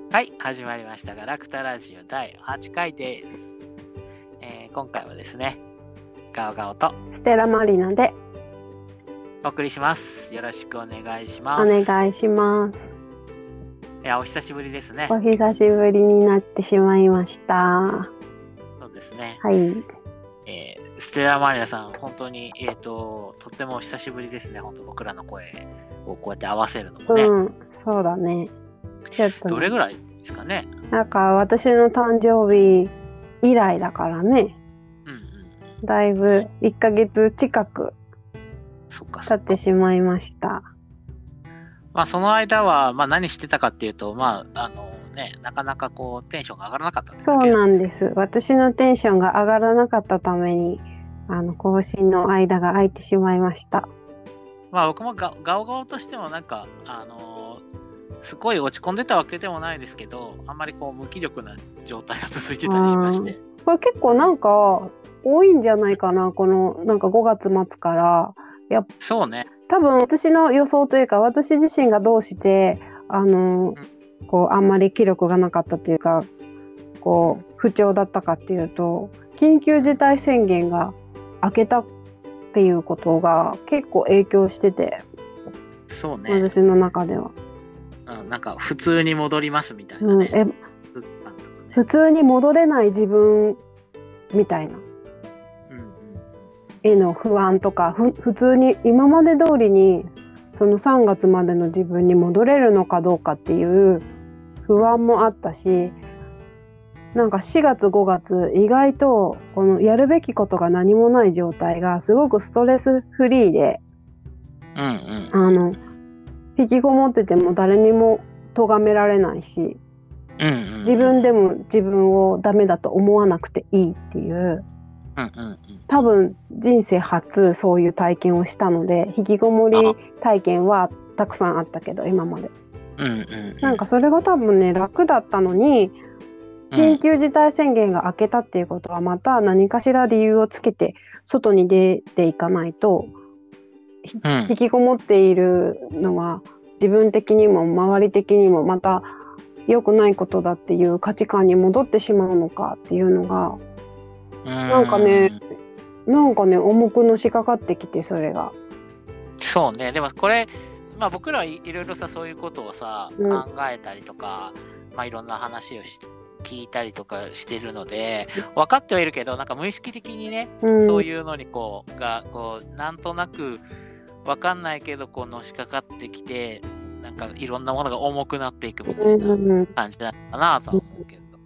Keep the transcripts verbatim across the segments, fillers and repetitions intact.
はい、始まりましたガラクタラジオだいはちかいです、えー、今回はですね、ガオガオとステラマリナでお送りします。よろしくお願いします。 お願いします。 いや、お久しぶりですね。 お久しぶりになってしまいました。 そうですね。 はい。 えー、ステラマリナさん、本当に、えーと、とってもお久しぶりですね。本当僕らの声をこうやって合わせるのもね。 うん、そうだね。ちょっとね、 どれぐらいですかね。 なんか私の誕生日以来だからね。 うんうん。 だいぶいっかげつ近く経ってしまいました。 まあ、その間は、まあ、何してたかっていうと、まあ、あのね、なかなかこうテンションが上がらなかったんです。 そうなんです。私のテンションが上がらなかったために、あの更新の間が空いてしまいました。 まあ、僕もガガオガオとしてもなんか、あのー、すごい落ち込んでたわけでもないですけど、あんまりこう無気力な状態が続いてたりしまして。 これ結構なんか多いんじゃないかな、このなんかごがつ末から。やっそうね。 多分私の予想というか、私自身がどうしてあの、うん、こうあんまり気力がなかったというか、こう不調だったかっていうと、緊急事態宣言が明けたっていうことが結構影響してて。 そうね。 私の中では。 うん、なんか普通に戻りますみたいなね。うん、え普通に戻れない自分みたいな。への不安とか、ふ普通に今まで通りにそのさんがつまでの自分に戻れるのかどうかっていう不安もあったし、なんかしがつごがつ意外とこのやるべきことが何もない状態がすごくストレスフリーで、 うんうん、 あの引きこもってても誰にも咎められないし、 うんうんうん、 自分でも自分をダメだと思わなくていいっていう、うんうんうん、多分人生初そういう体験をしたので、引きこもり体験はたくさんあったけど今まで、うんうんうん、なんかそれが多分ね楽だったのに、緊急事態宣言が明けたっていうことはまた何かしら理由をつけて外に出ていかないと、うん、引きこもっているのは自分的にも周り的にもまた良くないことだっていう価値観に戻ってしまうのかっていうのが、なんかね、なんかね重くのしかかってきて、それが。 そうね。でもこれ、まあ、僕らいろいろさ、そういうことをさ、うん、考えたりとか、まあ、いろんな話をし聞いたりとかしてるので分かってはいるけど、なんか無意識的にね、うん、そういうのにこうがこうなんとなく分かんないけどこうのしかかってきて、なんかいろんなものが重くなっていくみたいな感じだったなとは思うけど、うん、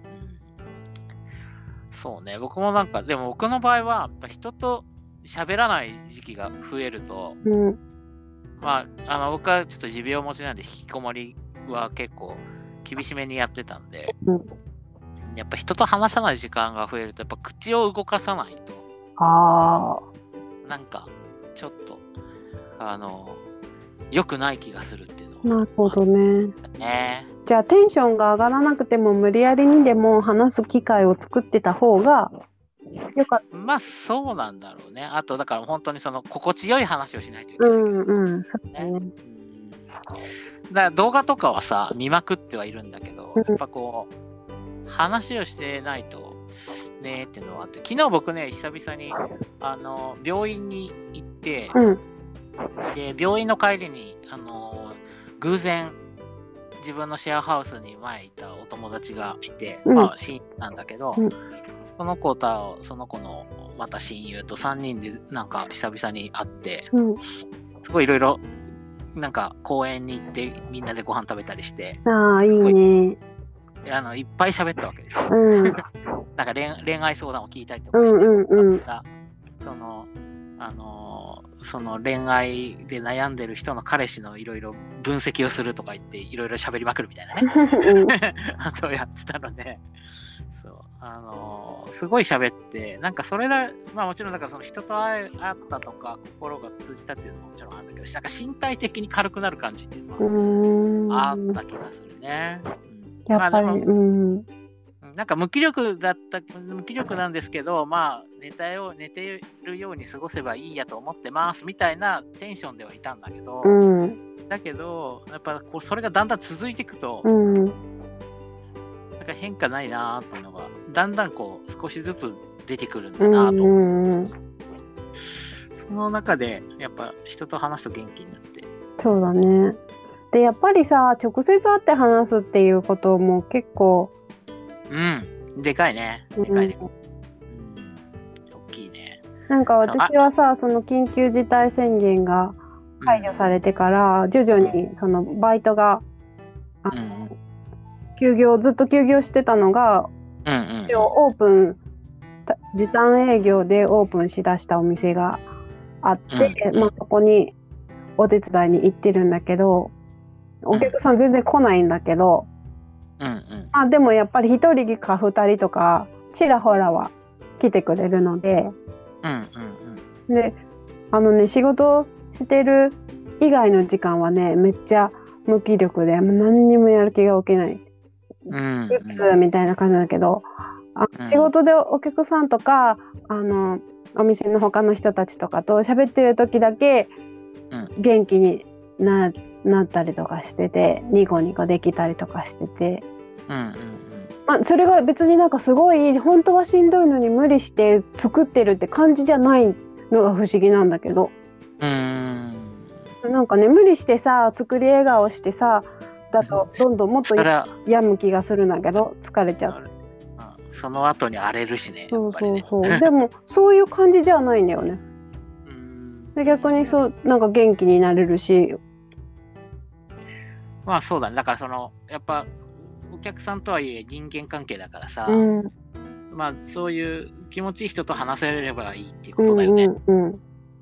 そうね。僕もなんかでも僕の場合はやっぱ人と喋らない時期が増えると、うん、まああの僕はちょっと持病持ちなんで引きこもりは結構厳しめにやってたんで、うん、やっぱ人と話さない時間が増えるとやっぱ口を動かさないと、 あなんかちょっとあの良くない気がするっていうのは。なるほどね。 ね。 じゃあテンションが上がらなくても無理やりにでも話す機会を作ってた方がよかった。 まあそうなんだろうね。あとだから本当にその心地よい話をしないといけない、ね。うんうん、そうね。うん、だから動画とかはさ見まくってはいるんだけど、やっぱこう話をしてないとねっていうのはあって、昨日僕ね久々にあの病院に行って、うん、で病院の帰りにあの偶然自分のシェアハウスに前いたお友達がいて、うん、まあ親友なんだけど、うん、その子とその子のまた親友とさんにんでなんか久々に会って、うん、すごいいろいろなんか公園に行ってみんなでご飯食べたりして、 ああいいね。 あのいっぱい喋ったわけですよ。うん、なんか 恋, 恋愛相談を聞いたりとかして、うんうんうん、そのあのその恋愛で悩んでる人の彼氏のいろいろ分析をするとか言っていろいろ喋りまくるみたいなねあとやってたので、そうあのすごい喋って、なんかそれだ、まあもちろんだからその人と会ったとか心が通じたっていうのももちろんあるんだけど、なんか身体的に軽くなる感じっていうのはあった気がするね。 うん、やっぱり、まあ、うんなんか無気力だった無気力なんですけど、まあ寝たよ寝てるように過ごせばいいやと思ってますみたいなテンションではいたんだけど、うん、だけどやっぱこうそれがだんだん続いていくと、うん、 か変化ないなーっていうのがだんだんこう少しずつ出てくるんだなと思う、うんうん、その中でやっぱ人と話すと元気になって。 そうだね。でやっぱりさ直接会って話すっていうことも結構うんでかいねでかいね、うん、大きいね。 なんか私はさその緊急事態宣言が解除されてから、うん、徐々にそのバイトがあの、うん、休業ずっと休業してたのが、うんうんうん、オープン時短営業でオープンしだしたお店があって、うんうんまあ、そこにお手伝いに行ってるんだけどお客さん全然来ないんだけど、うんうんまあ、でもやっぱりひとりかふたりとかちらほらは来てくれるので、うんうんうん、であのね仕事してる以外の時間はねめっちゃ無気力でもう何にもやる気が起きない、うんうん、みたいな感じだけどあ、うん、仕事でお客さんとかあのお店の他の人たちとかと喋ってる時だけ元気にな、なったりとかしててニコニコできたりとかしてて、うんうんうんまあ、それが別になんかすごい本当はしんどいのに無理して作ってるって感じじゃないのが不思議なんだけど、うーんなんかね無理してさ作り笑顔してさだとどんどんもっと病む気がするんだけど疲れちゃう。 その後に荒れるしね。 そうそうそう。でもそういう感じじゃないんだよね。うんで逆にそうなんか元気になれるし。 まあそうだね。だからそのやっぱお客さんとはいえ人間関係だからさ、うん、まあそういう気持ちいい人と話せればいいっていうことだよね。うんうんうん、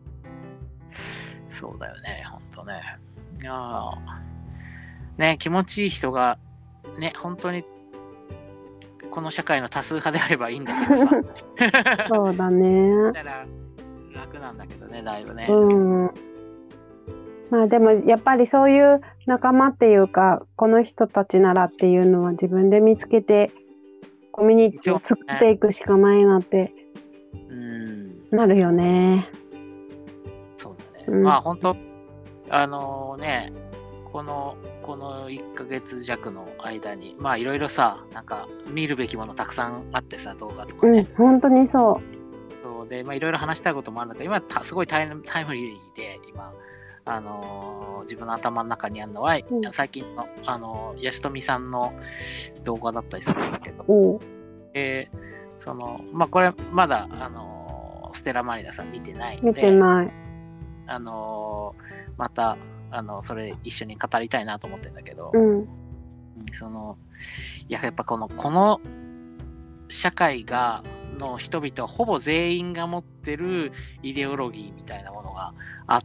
そうだよね。本当ね。いやね気持ちいい人がね本当にこの社会の多数派であればいいんだけどさそうだねだから楽なんだけどねだいぶね、 うん、まあでもやっぱりそういう仲間っていうかこの人たちならっていうのは自分で見つけてコミュニティを作っていくしかないなってなるよね。 そうだね、うん、まあ本当あのー、ねこのこのいっかげつ弱の間にまあいろいろさなんか見るべきものたくさんあってさ動画とかね、うん、 本当にそうそうでまあいろいろ話したいこともあるんだけど今たすごいタイム、タイムリーで今あのー、自分の頭の中にあるのは、うん、最近のあの安富さんの動画だったりするんだけど、うん、えー、そのまあこれまだあのー、ステラマリナさん見てないので見てないあのー、またあのそれ一緒に語りたいなと思ってるんだけど、 うん、 そのいややっぱこのこの社会がの人々ほぼ全員が持ってるイデオロギーみたいなものがあって、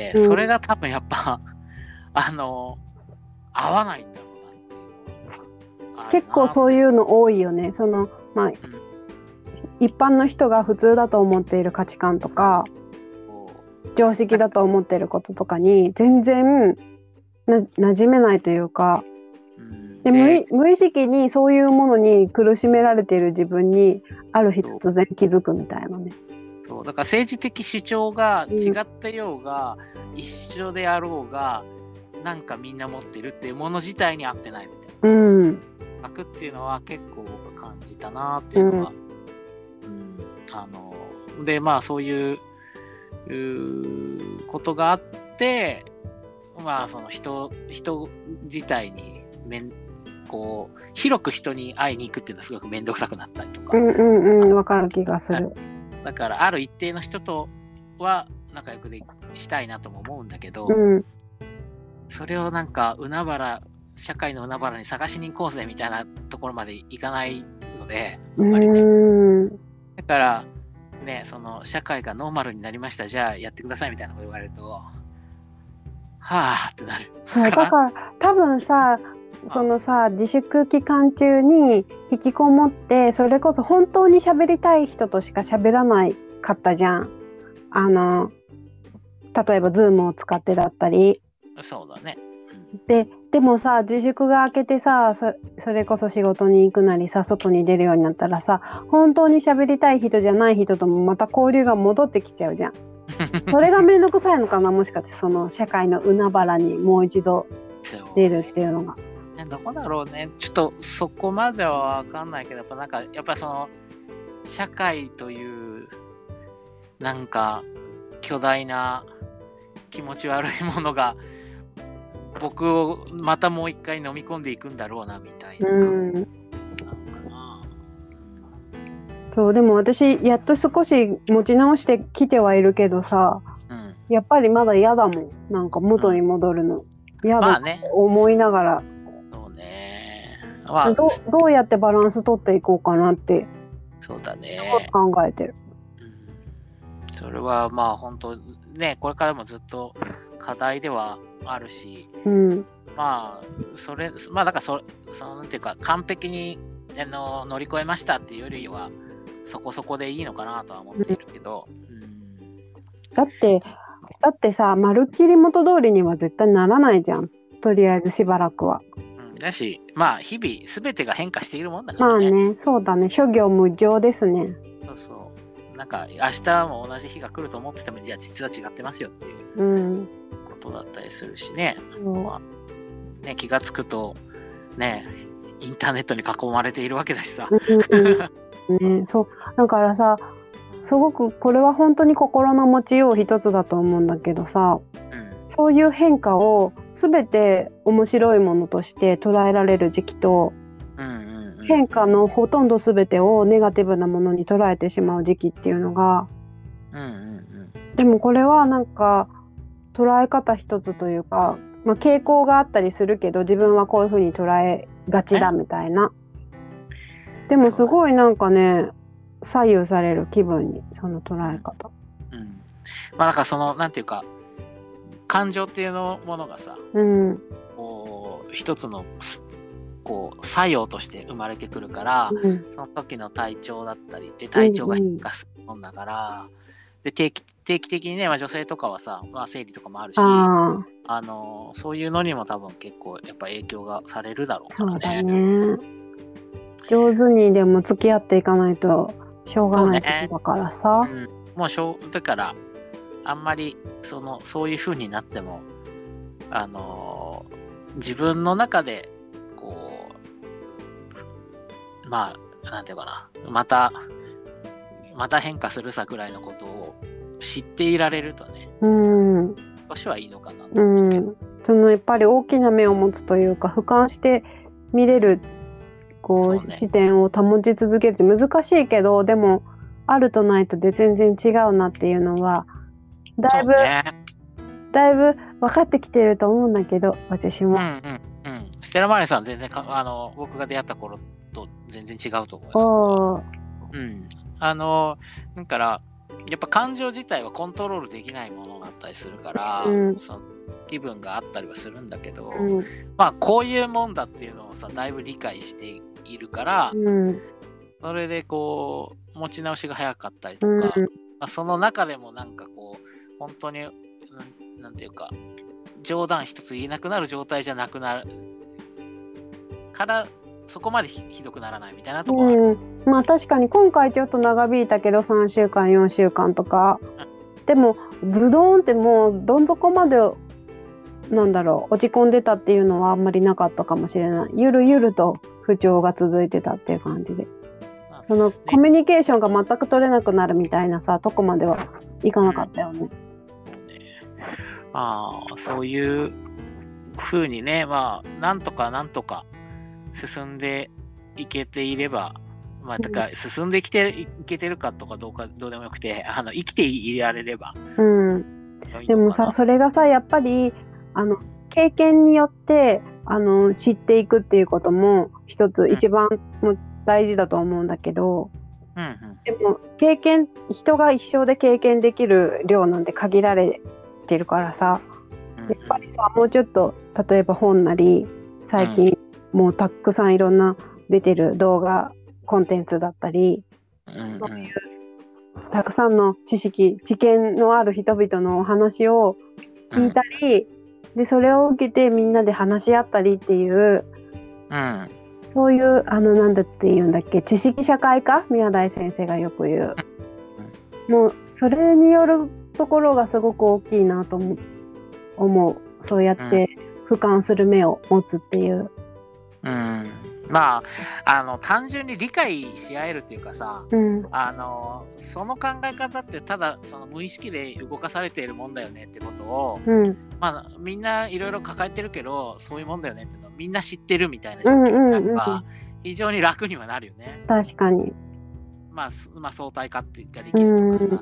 うん、それが多分やっぱあの合わないんだろうな。結構そういうの多いよね。そのまあ、うん、一般の人が普通だと思っている価値観とか。常識だと思ってることとかに全然な馴染めないというか、うん、で無, 無意識にそういうものに苦しめられている自分にある日突然気づくみたいなね。 そうだから政治的主張が違ってようが、うん、一緒であろうがなんかみんな持ってるっていうもの自体に合ってないみたいな、うん、楽っていうのは結構僕感じたなっていうのは、うんうん、あのでまあそういういうことがあって、まあその人人自体にめんこう広く人に会いに行くっていうのはすごく面倒くさくなったりとか、 うんうんうん、わかる気がする。 だからある一定の人とは仲良くでしたいなとも思うんだけど、 うん、 それをなんか海原社会の海原に探しに行こうぜみたいなところまでいかないので、あんまりね。 うんだからね、その社会がノーマルになりましたじゃあやってくださいみたいなこと言われるとはぁってなる。 そうだから多分さそのさ自粛期間中に引きこもってそれこそ本当に喋りたい人としか喋らないかったじゃん。あの例えば Zoom を使ってだったり。 そうだね。 で, でもさ自粛が明けてさ そ, それこそ仕事に行くなりさ外に出るようになったらさ本当に喋りたい人じゃない人ともまた交流が戻ってきちゃうじゃん。それがめんどくさいのかなもしかしてその社会の海原にもう一度出るっていうのが。 ね、どこだろうね。ちょっとそこまでは分かんないけど、やっぱなんか、やっぱその、社会という、なんか、巨大な気持ち悪いものが、僕をまたもう一回飲み込んでいくんだろうな、みたいな。うんそう、でも私、やっと少し持ち直してきてはいるけどさ、うん、やっぱりまだ嫌だもん。なんか元に戻るの。嫌だって思いながら。まあね、 そうね。まあ、 ど, どうやってバランス取っていこうかなって、 そうだね。 考えてる。 うん、それはまあ本当ね、これからもずっと課題ではあるし、うん、まあ、それ、まあだからそ、そのなんていうか、完璧にあの乗り越えましたっていうよりは、そこそこでいいのかなとは思っているけど、うん、 だってだってさ、まるっきり元通りには絶対ならないじゃん、とりあえずしばらくは。 うん、だし、まあ日々全てが変化しているもんだからね。 まあね、そうだね、諸行無常ですね。 そうそう、なんか明日も同じ日が来ると思ってても、じゃあ実は違ってますよっていうことだったりするしね、うんまあ、ね気がつくとねインターネットに囲まれているわけだしさ、 うんね、そうだからさ、すごくこれは本当に心の持ちよう一つだと思うんだけどさ、うん、そういう変化を全て面白いものとして捉えられる時期と、うんうんうん、変化のほとんど全てをネガティブなものに捉えてしまう時期っていうのが、うんうんうん、でもこれはなんか捉え方一つというか、まあ、傾向があったりするけど自分はこういう風に捉えがちだみたいな。でもすごいなんかね左右される気分に、その捉え方。 うん。まあなんかそのなんていうか感情っていうのものがさ、うん、こう一つのこう作用として生まれてくるから、うん、その時の体調だったりで体調が変化するもんだから、うんうん、で定期定期的にね、まあ、女性とかはさ、まあ、生理とかもあるし、ああのそういうのにも多分結構やっぱ影響がされるだろうからね。そうだね。 上手にでも付き合っていかないとしょうがないことだからさ。 うね、うん、もうしょうだからあんまりそのそういう風になってもあのー、自分の中でこうまあなんていうかなまたまた変化するさぐらいのことを知っていられるとね、うん、少しはいいのかなと思うけど、うん、 そのやっぱり大きな目を持つというか俯瞰して見れるこう、ね、視点を保ち続けるって難しいけど、でもあるとないとで全然違うなっていうのはだいぶ、ね、だいぶ分かってきてると思うんだけど、私も。 うんうんうん。ステラマリさん全然かあの僕が出会った頃と全然違うと思います。うん。あのだからやっぱ感情自体はコントロールできないものだったりするから、うん、その気分があったりはするんだけど、うん、まあこういうもんだっていうのをさだいぶ理解しているから、うん、それでこう持ち直しが早かったりとか、うんまあ、その中でもなんかこう本当に な, なんていうか冗談一つ言えなくなる状態じゃなくなるからそこまで ひ, ひどくならないみたいなところ、うん、 まあ確かに今回ちょっと長引いたけどさんしゅうかんよんしゅうかんとか、うん、でもズドーンってもうどん底までなんだろう落ち込んでたっていうのはあんまりなかったかもしれない。ゆるゆると不調が続いてたっていう感じで、そのコミュニケーションが全く取れなくなるみたいなさとこまではいかなかったよね。うん、 ああそういう風にね、まあなんとかなんとか進んでいけていれば、まあだから進んできていけてるかとかどうかどうでもよくて、あの生きていられれば。うん。 でもさそれがさやっぱりあの経験によってあの知っていくっていうことも一つ一番も大事だと思うんだけど、うんうん、でも経験人が一生で経験できる量なんて限られてるからさ、やっぱりさもうちょっと例えば本なり最近もうたくさんいろんな出てる動画コンテンツだったり、うんうん、そういうたくさんの知識知見のある人々のお話を聞いたり、うん、でそれを受けてみんなで話し合ったりっていう、うん、そういうあのなんだっていうんだっけ知識社会科宮台先生がよく言う、うん、もうそれによるところがすごく大きいなと思う。思うそうやって俯瞰する目を持つっていう、 うん、まああの単純に理解し合えるっていうかさ、うん、あのその考え方ってただその無意識で動かされているもんだよねってことを、うん、まあみんないろいろ抱えてるけどそういうもんだよねっていうのをみんな知ってるみたいな状況になれば非常に楽にはなるよね。 確かに。 まあ、まあ、相対化ができるとかさ、うん、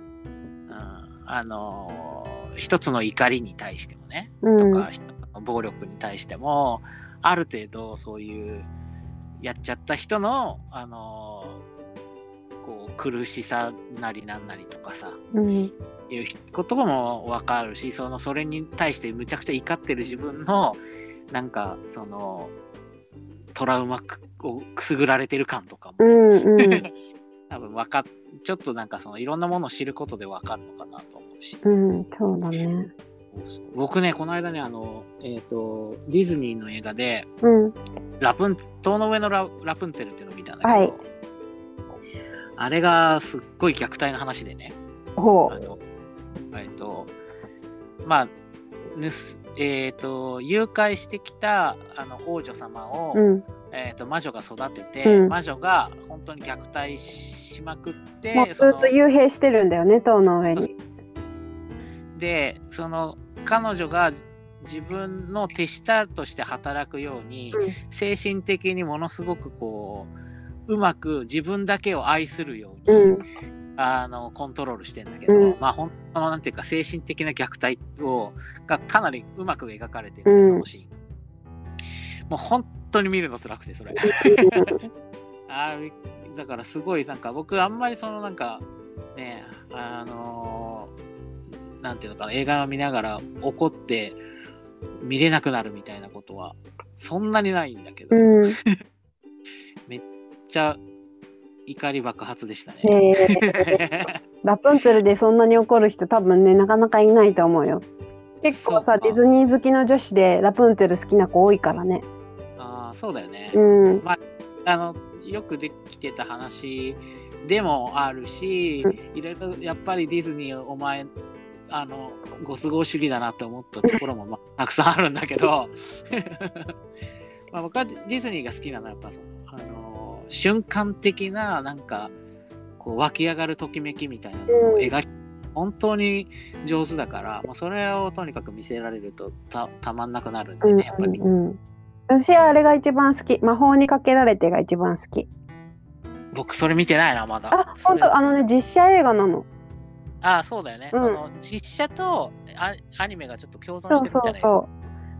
あの一つの怒りに対してもね、うん、とか暴力に対してもある程度そういうやっちゃった人のあのこう苦しさなりなんなりとかさ、うん、いうことも分かるし、そのそれに対してむちゃくちゃ怒ってる自分のなんかそのトラウマをくすぐられてる感とかも、うんうん多分わかちょっとなんかそのいろんなものを知ることでわかるのかなと思うし。 うん、そうだね。 僕ね、この間ね、あの、えっ、ー、と、ディズニーの映画で、うん、ラプン、塔の上の ラ, ラプンツェルっていうのを見たんだけど、はい、あれがすっごい虐待の話でね。ほう。あの、えっ、ー、と、まあ、ぬす、えっ、ー、と、誘拐してきたあの王女様を、うんえー、と魔女が育てて、うん、魔女が本当に虐待しまくって、 もうずっと幽閉してるんだよね、塔の上に。 で、その彼女が自分の手下として働くように、うん、精神的にものすごくこううまく自分だけを愛するように、うん、あのコントロールしてんだけど、うん、まあ本当のなんていうか精神的な虐待をがかなりうまく描かれてるんです、そのシーン。もう本当に見るの辛くてそれあだからすごいなんか僕あんまりそのなんかねあのー、なんていうのかな映画を見ながら怒って見れなくなるみたいなことはそんなにないんだけど、うん、めっちゃ怒り爆発でしたね。 ラプンツェルでそんなに怒る人多分ねなかなかいないと思うよ。結構さディズニー好きの女子でラプンツェル好きな子多いからね。 ああそうだよね。うん、まああのよくできてた話でもあるし、うん、いろいろやっぱりディズニーお前あのご都合主義だなって思ったところも、まあ、たくさんあるんだけど、まあ僕はディズニーが好きなのはやっぱそのあの瞬間的ななんかこう湧き上がるときめきみたいなのを描き、うん本当に上手だから、まあ、それをとにかく見せられると た, たまんなくなるんでね、うんうんうん、やっぱり。 私はあれが一番好き。魔法にかけられてが一番好き。 僕それ見てないな、まだ。 あ、本当あのね、実写映画なの。 ああ、そうだよね。うん、その実写とアニメがちょっと共存してるんじゃない。 そうそうそう。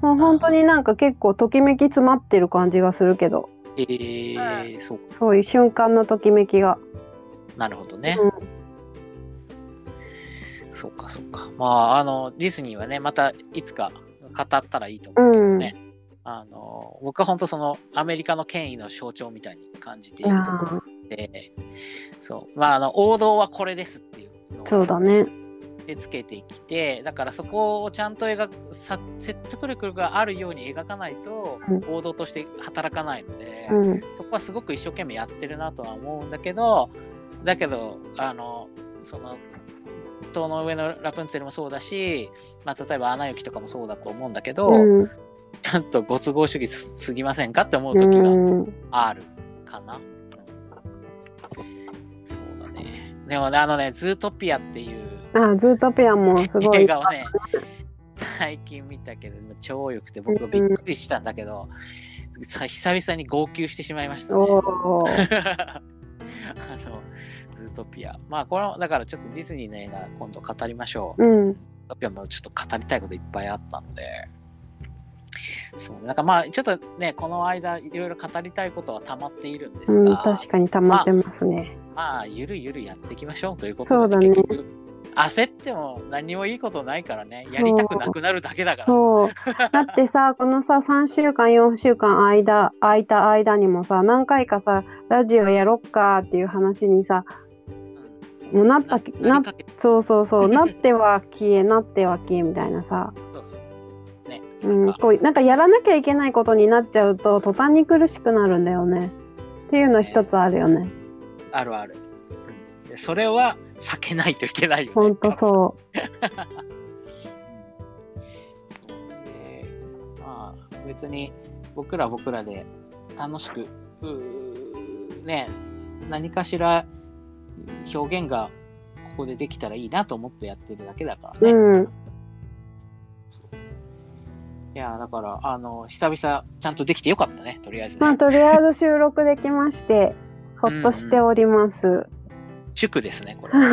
もう本当になんか結構ときめき詰まってる感じがするけど。 えー、うん、そう。 そういう瞬間のときめきが。 なるほどね。うんそうかそうか。まああのディズニーはねまたいつか語ったらいいと思うけどね。うん、あの僕は本当そのアメリカの権威の象徴みたいに感じているところで、そうまああの王道はこれですっていうのをそうだね。 でつけてきて、だからそこをちゃんと描くさ説得力があるように描かないと、うん、王道として働かないので、うん、そこはすごく一生懸命やってるなとは思うんだけど、だけどあのその塔の上のラプンツェルもそうだし、まあ、例えばアナ雪とかもそうだと思うんだけど、うん、ちゃんとご都合主義すぎませんかって思う時があるかな、うん、そうだね。でもねあのねズートピアっていうあズートピアもすごい映画をね最近見たけど超良くて僕はびっくりしたんだけど、うん、さ久々に号泣してしまいましたね。あのズートピア。まあこれだからちょっとディズニーの映画今度語りましょう。うん。ズートピアもちょっと語りたいこといっぱいあったので。そうなんかまあちょっとねこの間いろいろ語りたいことは溜まっているんですが、うん、 確かに溜まってますね。 まあ、まあ、ゆるゆるやっていきましょうということで、ね、結局焦っても何もいいことないからねやりたくなくなるだけだから。 そうだってさこのささんしゅうかんよんしゅうかん間空いた間にもさ何回かさラジオやろっかっていう話にさもうなったななそうそうそうなっては消えなっては消えみたいなさそうそうね、うん、こうなんかやらなきゃいけないことになっちゃうと途端に苦しくなるんだよねっていうの一つあるよね。 あるある、うん、それは避けないといけないよね。 ほんとそうそうね。 まあ別に僕ら僕らで楽しくうね何かしら表現がここでできたらいいなと思ってやってるだけだからね。うん、いやだからあの久々ちゃんとできてよかったねとりあえず、ね。 まあとりあえず収録できましてほっとしております。うんうん、 祝ですねこれ。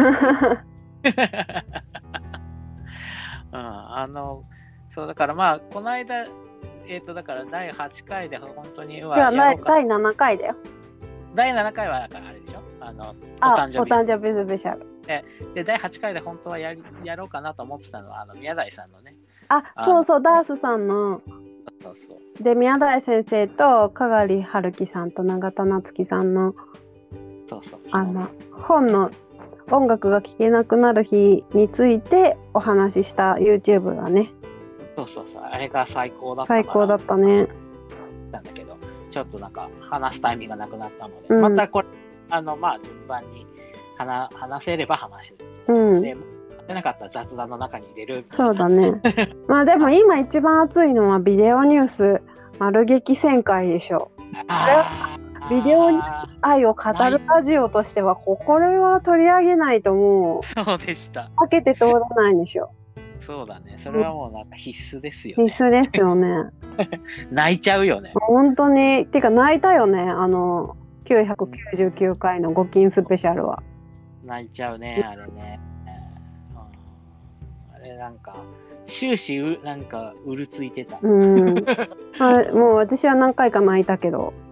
うん、あのそうだからまあこの間えっ、ー、とだからだいはちかいで本当にはやろうか。 だいななかいだよ。 だいななかいはだからあれでしょ、あのお誕生日スペシャルで、でだいはちかいで本当はやりやろうかなと思ってたのはあの宮台さんのね。 あ、そうそうダースさんの。そうそうで宮台先生と香刈春樹さんと永田夏樹さんの。 そうそう。 あの本の音楽が聴けなくなる日についてお話しした YouTube がね。 そうそうそう、あれが最高だった最高だったね。 なんだけど、ちょっとなんか話すタイミングがなくなったので、うん、またこれあのまあ順番に話話せれば話す。うん。で、話せなかったら雑談の中に入れる。 そうだね。まあでも今一番熱いのはビデオニュース丸劇旋回でしょ。あビデオに愛を語るラジオとしてはこれは取り上げないともうそうでしたかけて通らないんでしょ。 そうだね、それはもうなんか必須ですよね。 必須ですよね。 泣いちゃうよね本当に。てか泣いたよね、あのきゅうひゃくきゅうじゅうきゅうかいのご金スペシャルは。 泣いちゃうねあれね、うん、あれなんか終始うなんかうるついてた。うんあもう私は何回か泣いたけど、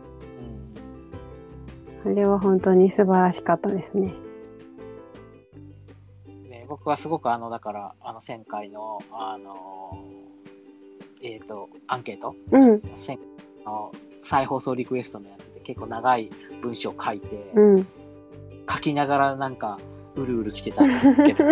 あれは本当に素晴らしかったですね。 ね僕はすごくあのだからあの旋回のあのえっ、ー、とアンケート、うん、の再放送リクエストのやつで結構長い文章を書いて、うん、書きながらなんかうるうる来てたんだけど本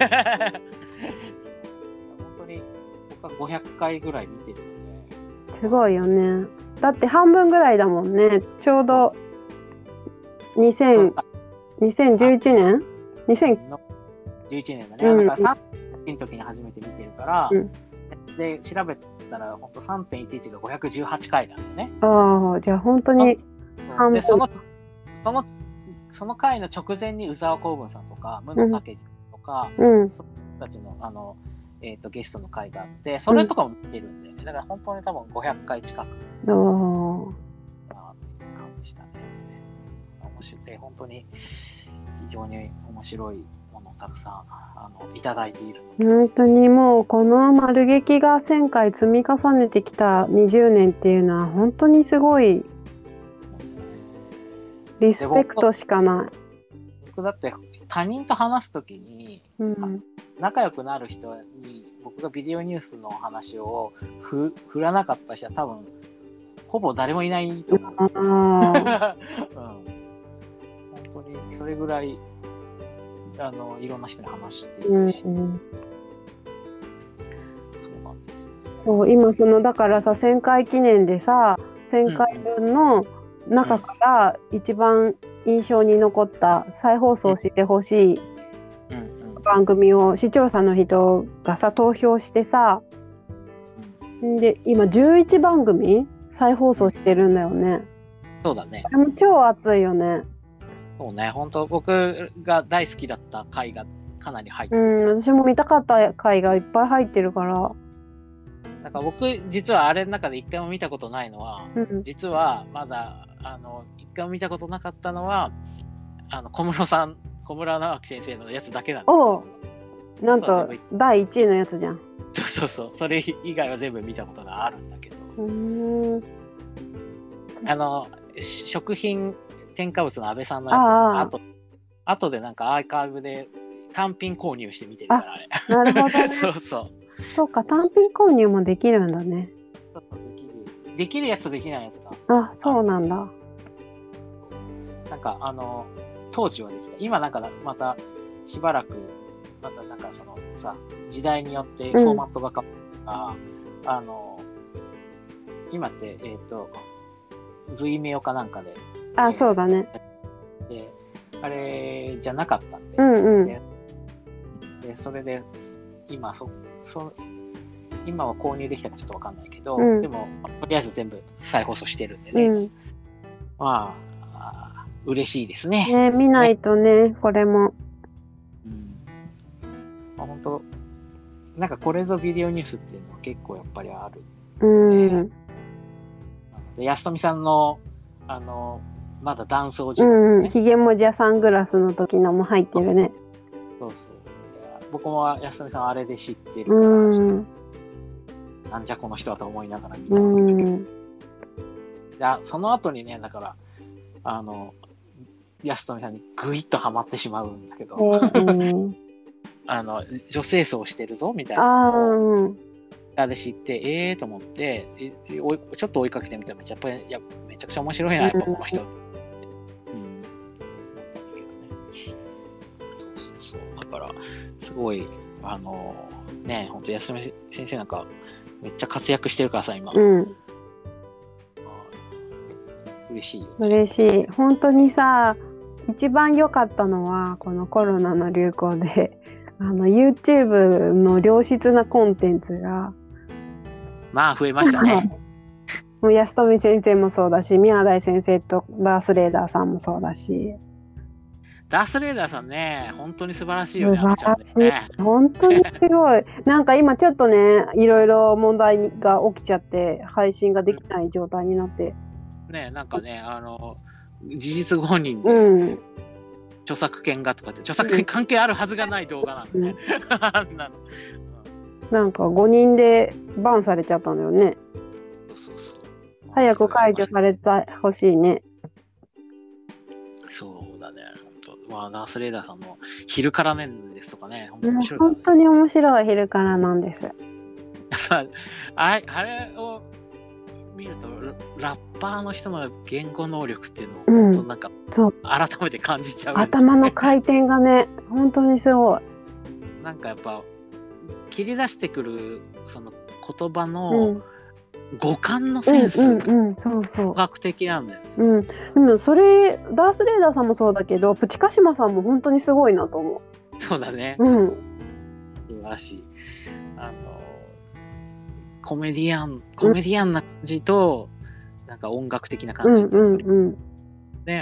当に僕はごひゃっかいぐらい見てるので。 すごいよね。だって半分ぐらいだもんね。ちょうどにせんじゅういちねんにせんじゅういちねんだね、うん、だからさんの時に初めて見てるから、うん、で調べたらほんと さんてんいちいち がごひゃくじゅうはちかいなんだね。 ああ、じゃあ本当に半分でそのそのその回の直前に宇沢光文さんとか武野武二とか、うん、その人たちのあの、えー、とゲストの回があってそれとかも見てるんで、ね、うん、だから本当に多分ごひゃっかい近くあーっていう感じだね。面白い、本当に非常に面白いものをたくさんあのいただいているので、 本当にもうこの丸劇がせんかい積み重ねてきたにじゅうねんっていうのは本当にすごいリスペクトしかない。 僕だって他人と話すときに、うん、仲良くなる人に僕がビデオニュースの話をふ振らなかった人は多分ほぼ誰もいないと思う。あ、うん本当にそれぐらいあのいろんな人に話しているし、うんうん、そうなんですよ。 そう今そのだからさせんかい記念でさせんかいぶんの中から一番印象に残った再放送してほしい番組を視聴者の人がさ投票してさ、で今じゅういちばんぐみ再放送してるんだよね。 そうだね。 あれも超熱いよね。 そうね、本当僕が大好きだった回がかなり入ってる。 うん、私も見たかった回がいっぱい入ってるから。 なんか僕実はあれの中で一回も見たことないのは、うん、実はまだあの一回も見たことなかったのはあの小室さん小村直樹先生のやつだけなんです。おうなんとだいいちいのやつじゃん。 そうそうそうそれ以外は全部見たことがあるんだけど、うーんあの食品添加物の安倍さんのやつああと後でなんかアーカイブで単品購入して見てるからあれ。 なるほど、ね、 そうそうそうか単品購入もできるんだね。 そうそうできるできるやつとできないやつがあそうなんだ。 なんかあの当時はできた。今なんかまたしばらくまたなんかそのさ時代によってフォーマットが変わったから、うん、あの今ってえっ、ー、と V メオかなんかであ、えー、そうだね。 であれじゃなかったんで、 うんうん、 で, でそれで今そそ今は購入できたかちょっとわかんないけど、 うん、 でもとりあえず全部再放送してるんでね、うん、まあ嬉しいですね。 ね、見ないとね、これも。 うん、まあ、本当なんかこれぞビデオニュースっていうのは結構やっぱりある。 うん。 で安富さんのあのまだ男装時代、ね、うん、ひげもじゃサングラスの時のも入ってるね。 そうそう。僕も安富さんあれで知ってるから、うん、なんじゃこの人はと思いながら見たわけだけど、うん、でその後にね、だからあの安富さんにグイッとハマってしまうんだけど、うんあの女性層してるぞみたいなのをで知って、ええー、と思ってえちょっと追いかけてみたらめちゃやっぱりいやめちゃくちゃ面白いなやっぱこの人、うん、うんそうそうそうだからすごいあのね本当安富先生なんかめっちゃ活躍してるからさ今、うん、嬉しいよ、ね、 嬉しい本当にさ一番良かったのはこのコロナの流行であの YouTube の良質なコンテンツがまあ増えましたねもう安富先生もそうだし宮台先生とダースレーダーさんもそうだしダースレーダーさんね本当に素晴らしいよね。 素晴らしい、ね、本当にすごいなんか今ちょっとねいろいろ問題が起きちゃって配信ができない状態になって、 うん、ねなんかねあの事実誤認で、うん著作権がとかって著作権関係あるはずがない動画なんでね、うん、な, のなんかごにんでバンされちゃったんだよね。そうそうそう早く解除されてほしいね。 そうだね本当、まあ、ダースレーダーさんの昼から面ですとかね本当に面白い、 ね、本当に面白い昼からなんですあ, あれを見るとラッパーの人の言語能力っていうのを、うん、本当なんかそう改めて感じちゃう、ね、 頭の回転がね本当にすごいなんかやっぱ切り出してくるその言葉の語感のセンスが科学的なんだよね、 うんうん、でもそれダースレーダーさんもそうだけどプチカシマさんも本当にすごいなと思う。そうだね、 うん、 素晴らしいあのコメディアンコメディアンな感じと、うん、なんか音楽的な感じっていう、うんうんうん、ね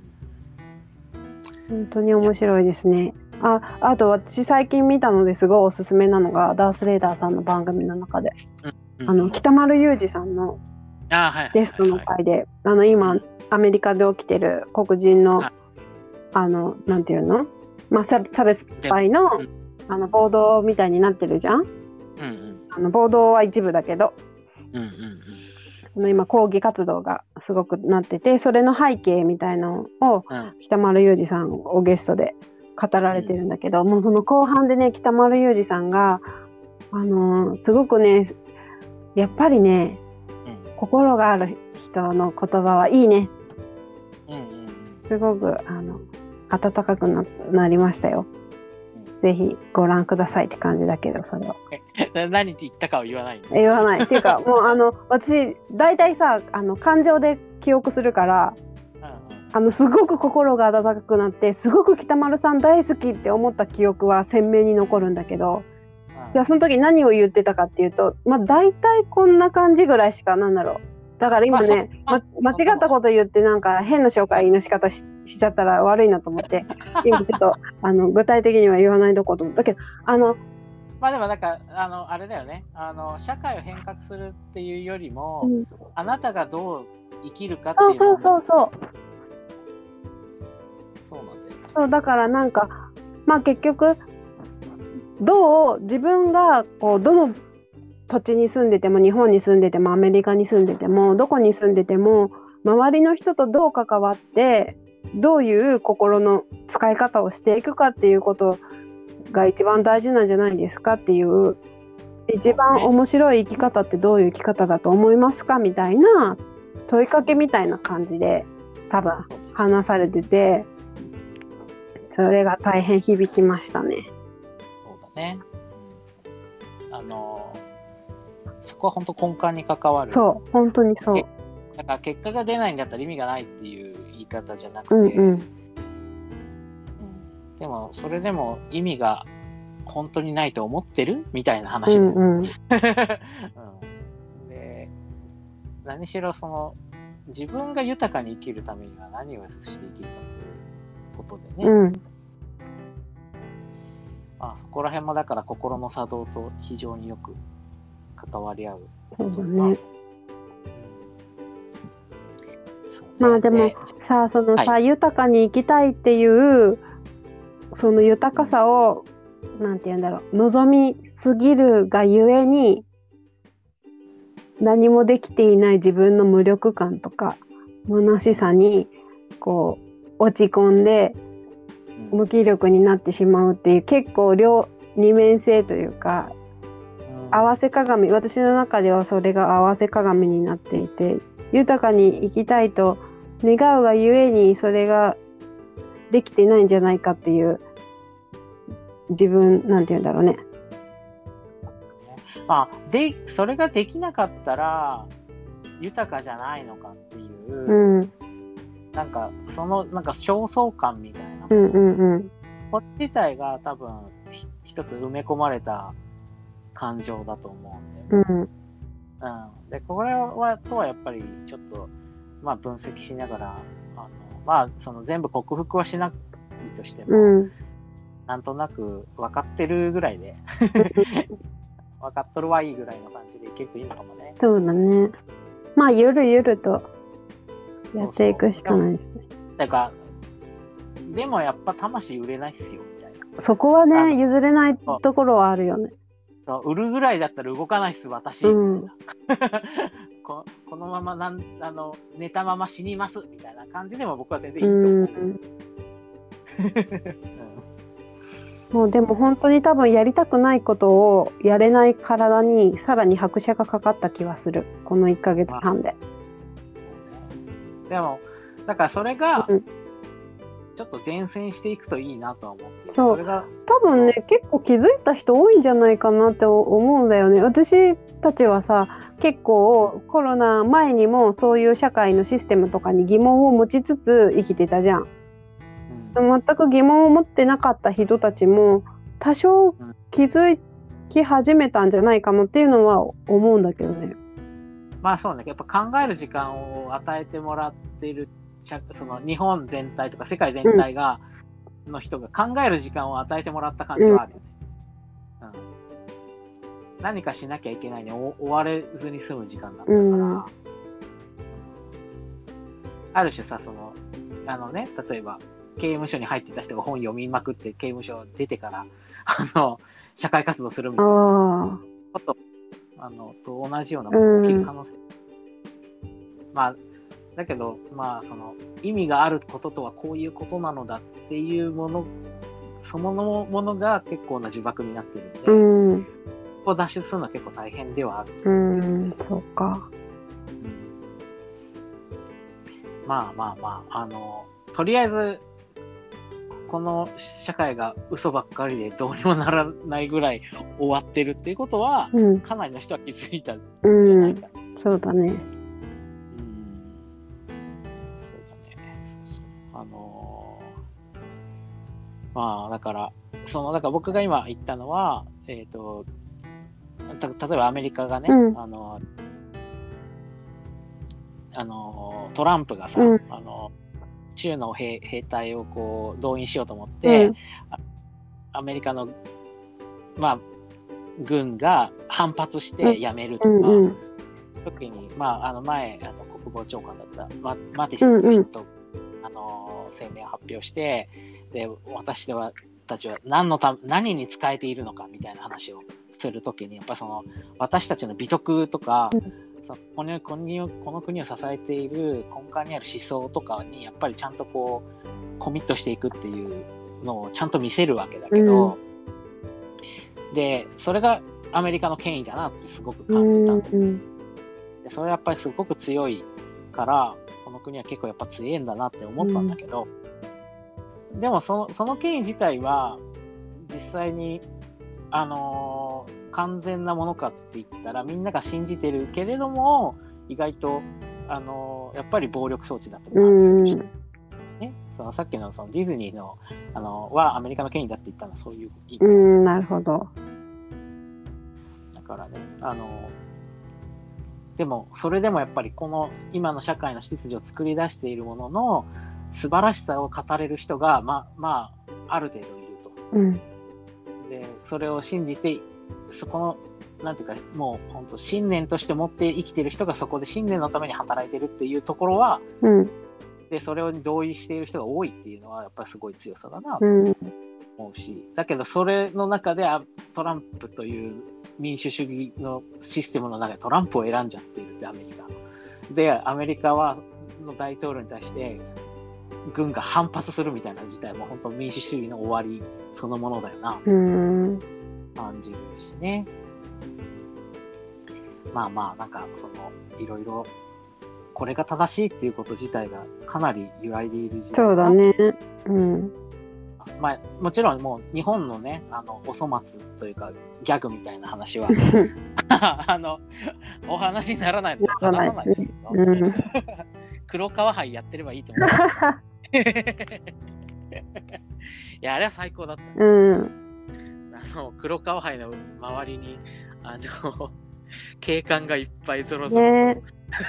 本当に面白いですね。あ, あと私最近見たのですごいおすすめなのがダースレーダーさんの番組の中で、うんうん、あの北丸裕二さんのゲストの回であの今アメリカで起きてる黒人の、はい、あのなんていうの、まあ、差別敗の、うん、あの暴動みたいになってるじゃん、うんうん、あの暴動は一部だけど、うんうんうん、その今抗議活動がすごくなっててそれの背景みたいなのを、うん、北丸裕二さんをゲストで語られてるんだけど、うん、もうその後半でね北丸裕二さんが、あのー、すごくねやっぱりね、うん、心がある人の言葉はいいね、うんうん、すごくあの温かく な, なりましたよ、うん、ぜひご覧くださいって感じだけどそれを何って言ったかは言わないん言わないっていうかもうあの私大体さあの感情で記憶するからあのすごく心が温かくなってすごく北丸さん大好きって思った記憶は鮮明に残るんだけど、うん、じゃあその時何を言ってたかっていうと、まあ、大体こんな感じぐらいしかなんだろうだから今ね、ま、間違ったこと言ってなんか変な紹介の仕方 し, しちゃったら悪いなと思って今ちょっとあの具体的には言わないとこと思ったけどあのまあでもなんかあのあれだよねあの社会を変革するっていうよりも、うん、あなたがどう生きるかっていうそうそうそうそうそうなんだよね。 そうだからなんかまあ結局どう自分がこうどの土地に住んでても日本に住んでてもアメリカに住んでてもどこに住んでても周りの人とどう関わってどういう心の使い方をしていくかっていうことが一番大事なんじゃないですかっていう一番面白い生き方ってどういう生き方だと思いますかみたいな問いかけみたいな感じで多分話されててそれが大変響きましたね。 そうだね。あのそこは本当根幹に関わる。 そう本当にそう。 だから結果が出ないんだったら意味がないっていう言い方じゃなくて、 うんうんうん、 でもそれでも意味が本当にないと思ってるみたいな話で、うんうんうん、で何しろその自分が豊かに生きるためには何をして生きるかということでね、うん、まあ、そこら辺もだから心の作動と非常によく関わり合うことが、 そうだね。まあでもさあそのさ、はい、豊かに生きたいっていうその豊かさを、うん、なんて言うんだろう、望みすぎるがゆえに何もできていない自分の無力感とか虚しさにこう落ち込んで無気力になってしまうっていう、結構両二面性というか、うん、合わせ鏡、私の中ではそれが合わせ鏡になっていて、豊かに生きたいと願うがゆえにそれができていないんじゃないかっていう、自分なんて言うんだろうね。 まあ、でそれができなかったら豊かじゃないのかっていう、うん、なんかそのなんか焦燥感みたいな、うんうんうん、これ自体が多分一つ埋め込まれた感情だと思うんで、うんうん、でこれはとはやっぱりちょっとまあ分析しながら、あのまあその全部克服はしないとしても、うん、なんとなく分かってるぐらいで分かっとるはいいぐらいの感じでいけるといいのかもね。 そうだね。まあゆるゆるとやっていくしかないですね。 だからでもやっぱ魂売れないっすよみたいな。 そこはね譲れないところはあるよね。 売るぐらいだったら動かないっす私、うん、こ, このままなんあの寝たまま死にますみたいな感じでも僕は全然いいと思う。うんもうでも本当に多分やりたくないことをやれない体にさらに拍車がかかった気はする、このいっかげつはんで、 まあ、でもだからそれがちょっと伝染していくといいなとは思って、うん、 そうそれが多分ね結構気づいた人多いんじゃないかなって思うんだよね。私たちはさ結構コロナ前にもそういう社会のシステムとかに疑問を持ちつつ生きてたじゃん。全く疑問を持ってなかった人たちも多少気づき始めたんじゃないかなっていうのは思うんだけどね。 まあそうね、やっぱ考える時間を与えてもらっている、その日本全体とか世界全体が、うん、の人が考える時間を与えてもらった感じはあるよね、うんうん、何かしなきゃいけないに追われずに済む時間だったから、うん、ある種さ、そのあのね、例えば刑務所に入ってた人が本読みまくって刑務所出てからあの社会活動するみたいなことあのと同じようなことが起きる可能性、うん、まあだけどまあその意味があることとはこういうことなのだっていうものそのものが結構な呪縛になってるんで、うん、ここを脱出するのは結構大変ではある。 うん、そうか、 うん、まあまあまああのとりあえずこの社会が嘘ばっかりでどうにもならないぐらい終わってるっていうことは、うん、かなりの人は気づいたんじゃないかな、 うん、そうだね、うん、そうだね、そうそう、あのー、まあだからそのだから僕が今言ったのは、えーと、た例えばアメリカがね、うん、あのあのトランプがさ、うん、あの州の 兵, 兵隊をこう動員しようと思って、うん、アメリカの、まあ、軍が反発して辞めるとか、うんうん、特に、まあ、あの前あの国防長官だったマ, マティスという人と、うんうん、あの声明を発表して、で私はたちは何のた何に使えているのかみたいな話をするときにやっぱその私たちの美徳とか、うんそのこの国を、この国を支えている根幹にある思想とかにやっぱりちゃんとこうコミットしていくっていうのをちゃんと見せるわけだけど、うん、でそれがアメリカの権威だなってすごく感じたんだ、うん、でそれはやっぱりすごく強いからこの国は結構やっぱ強いんだなって思ったんだけど、うん、でもその、その権威自体は実際にあのー、完全なものかって言ったらみんなが信じてるけれども意外と、あのー、やっぱり暴力装置だと思うんですよ、ね、 そのさっきのそのディズニーのあのはアメリカの権利だって言ったのはそういう意味。 うん、なるほど。 だからね、あのでもそれでもやっぱりこの今の社会の秩序を作り出しているものの素晴らしさを語れる人がまあまあある程度いると。 うん、 でそれを信じてそこのなんていうかもう本当信念として持って生きている人がそこで信念のために働いてるっていうところは、 うん、 でそれに同意している人が多いっていうのはやっぱりすごい強さだなと思うし、うん、だけどそれの中でトランプという民主主義のシステムの中でトランプを選んじゃっているってアメリカで、アメリカはの大統領に対して軍が反発するみたいな事態も本当民主主義の終わりそのものだよな、うん、感じるしね。まあまあなんかそのいろいろこれが正しいっていうこと自体がかなり揺らいでいる時代。 そうだね。うん。 まあもちろんもう日本のねあのお粗末というかギャグみたいな話はあのお話にならないので話さないですけど、うん、黒川杯やってればいいと思う。いやあれは最高だった、ね。 うん。 あの黒川杯の周りにあの警官がいっぱいゾロゾロ、ね、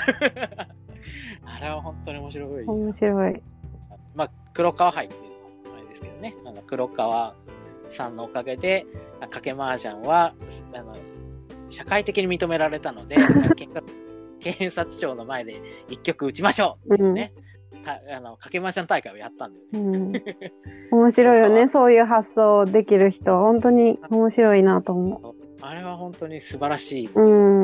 あれは本当に面白い。 面白い。 まあ黒川杯っていうのはあれですけどね、あの黒川さんのおかげで賭け麻雀はあの社会的に認められたので検察、検察庁の前で一局打ちましょうっていうね、うん、たあの賭け麻雀大会をやったんだよね。 うん、面白いよね。そういう発想できる人本当に面白いなと思う。 あれは本当に素晴らしい。 うん。うん、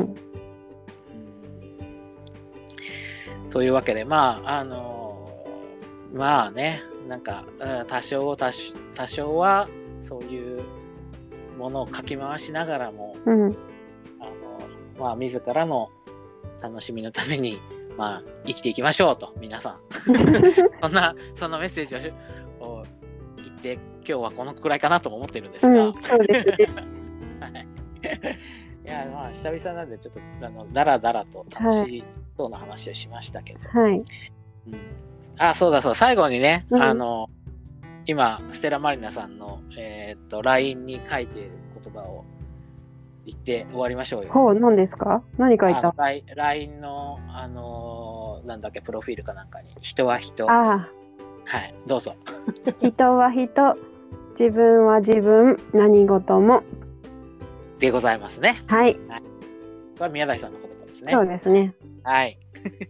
というわけで、まあ、あのー、まあね、なんか、多少、多少、多少は、そういうものをかき回しながらも、 うん、あのまあ、自らの楽しみのために、まあ、生きていきましょうと、皆さん。そんな、そんなメッセージを言って、今日はこのくらいかなとも思ってるんですが。うん、そうですね。はいいやまあ久々なんでちょっとあのだらだらと楽しそうな話をしましたけど、 はいうん、 あそうだそう最後にね、うん、あの今ステラマリナさんの、えー、っと ライン に書いている言葉を言って終わりましょうよ。 ほう何ですか？何書いた？ ライン のあのなんだっけプロフィールかなんかに人は人あはいどうぞ人は人自分は自分何事もでございますね。 はい。 はい、これは宮崎さんの言葉ですね。 そうですね。 はい。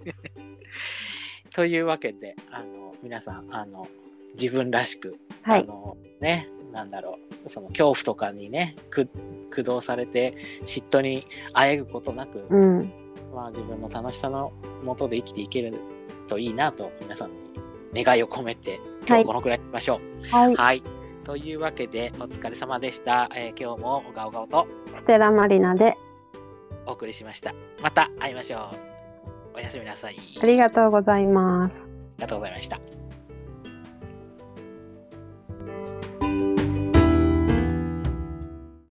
というわけで、あの皆さんあの自分らしく、 はい、 あのねなんだろうその恐怖とかにねく駆動されて嫉妬にあえぐことなく、 うん、 まあ自分の楽しさのもとで生きていけるといいなと皆さんに願いを込めて今日このくらいにしましょう。 はい。はいはいというわけでお疲れ様でした、えー、今日もおがおがおとステラマリナでお送りしました。また会いましょう。おやすみなさい。 ありがとうございます。 ありがとうございました。